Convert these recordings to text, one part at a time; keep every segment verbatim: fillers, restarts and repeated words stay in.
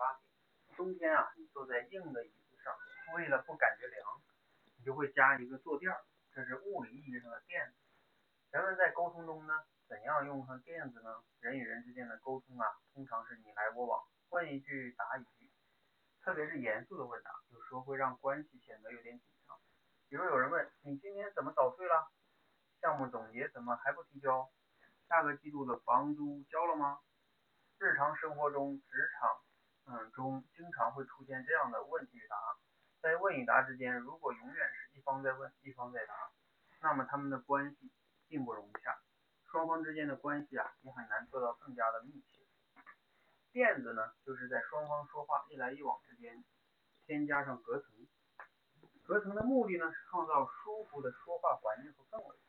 八点。冬天啊，你坐在硬的椅子上，为了不感觉凉，你就会加一个坐垫儿，这是物理意义上的垫子。人们在沟通中呢，怎样用上垫子呢？人与人之间的沟通啊，通常是你来我往，问一句答一句，特别是严肃的问答，有时候会让关系显得有点紧张。比如有人问你今天怎么早退了？项目总结怎么还不提交？下个季度的房租交了吗？日常生活中，职场嗯中经常会出现这样的问题与答，在问与答之间，如果永远是一方在问，一方在答，那么他们的关系并不融洽，双方之间的关系啊也很难做到更加的密切。垫子呢，就是在双方说话一来一往之间添加上隔层，隔层的目的呢是创造舒服的说话环境和氛围。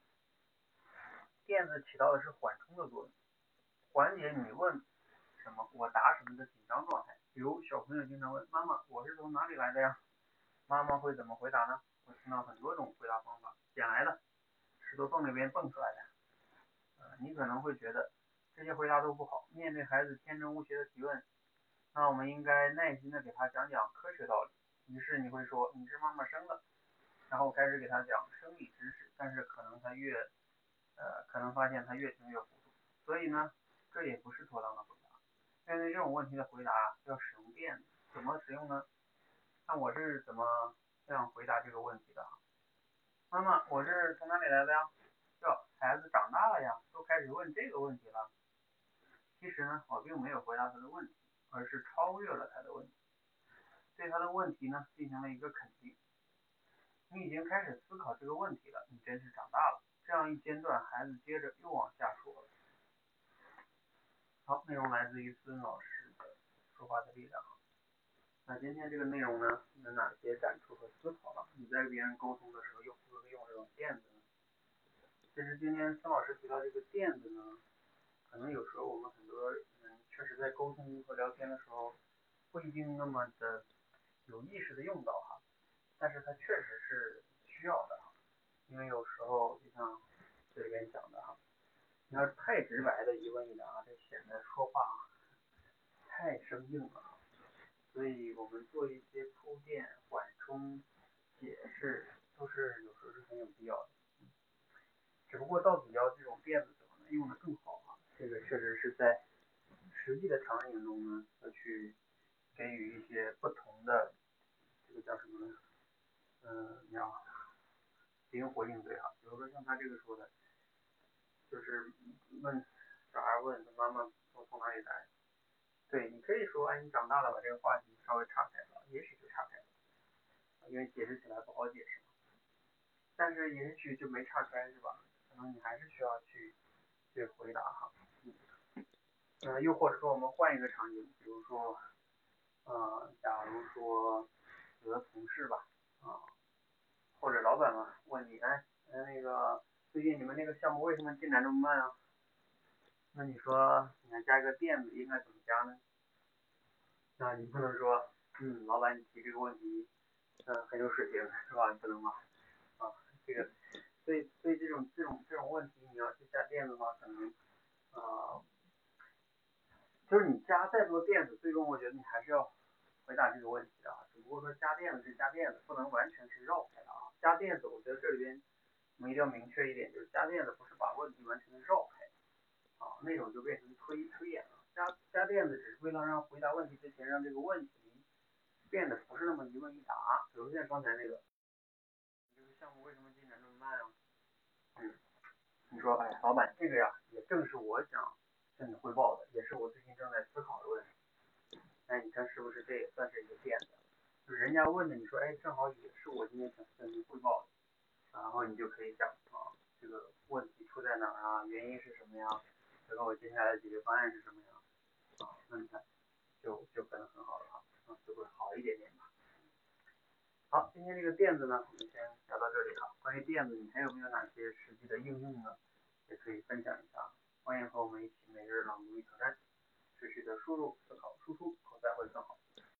垫子起到的是缓冲的作用，缓解你问什么我答什么的紧张状态。比如小朋友经常问妈妈我是从哪里来的呀？妈妈会怎么回答呢？我听到很多种回答方法，捡来的，石头缝里边蹦出来的。呃，你可能会觉得这些回答都不好。面对孩子天真无邪的提问，那我们应该耐心的给他讲讲科学道理。于是你会说你是妈妈生的，然后开始给他讲生理知识，但是可能他越呃可能发现他越听越糊涂。所以呢，这也不是妥当的回答。面对这种问题的回答要使用垫子，怎么使用呢？看我是怎么这样回答这个问题的。妈妈，我是从哪里来的呀？哟，孩子长大了呀，都开始问这个问题了。其实呢，我并没有回答他的问题，而是超越了他的问题，对他的问题呢进行了一个肯定。你已经开始思考这个问题了，你真是长大了。这样一间断，孩子接着又往下说了。好，内容来自于孙老师的说话的力量。那今天这个内容呢，有哪些感触和思考呢？你在跟别人沟通的时候，又会不会用这种垫子呢？其实今天孙老师提到这个垫子呢，可能有时候我们很多人确实在沟通和聊天的时候，不一定那么的有意识的用到哈，但是它确实是需要的哈，因为有时候就像这里边讲的哈，你要太直白的一问一答，这显得说话太生硬了，所以我们做一些铺垫、缓冲、解释，都是有时候是很有必要的。只不过到底要这种垫子怎么能用的更好啊？这个确实是在实际的场景中呢，要去给予一些不同的，这个叫什么呢？嗯，你要灵活应对哈。比如说像他这个说的，就是问小孩问他妈妈我从哪里来？对，你可以说哎你长大了把这个话题稍微岔开了，也许就岔开了，因为解释起来不好解释嘛。但是也许就没岔开是吧？可能你还是需要去去回答哈。呃，又或者说我们换一个场景，比如说，呃，假如说有的同事吧，啊、或者老板嘛，问你，哎，那个最近你们那个项目为什么进展这么慢啊？那你说你还加一个垫子，应该怎么加呢？那你不能说，嗯，老板你提这个问题，嗯、呃，很有水平是吧？你不能吧？啊，这个，所以所以这种这种这种问题，你要去加垫子的话，可能，啊、呃。就是你加再多垫子，最终我觉得你还是要回答这个问题的啊。只不过说加垫子是加垫子，不能完全是绕开的啊。加垫子，我觉得这里边我们一定要明确一点，就是加垫子不是把问题完全的绕开啊，那种就变成推推演了。加加垫子只是为了让回答问题之前让这个问题变得不是那么一问一答。比如像刚才那个，这个项目为什么进展这么慢啊？嗯，你说，哎，老板，这个呀，也正是我想向你汇报的，也是我最近正在思考的问题。哎，你看是不是这也算是一个垫子？就是人家问的，你说，哎，正好也是我今天想向您汇报的，然后你就可以讲啊，这个问题出在哪儿啊，原因是什么呀？然后我接下来的解决方案是什么呀？啊，那你看，就就可能很好了啊，啊，就会好一点点吧。好，今天这个垫子呢，我们先聊到这里哈。关于垫子，你还有没有哪些实际的应用呢？也可以分享一下。欢迎和我们一起每日朗读与挑战，持续的输入、思考、输出，口才会更好。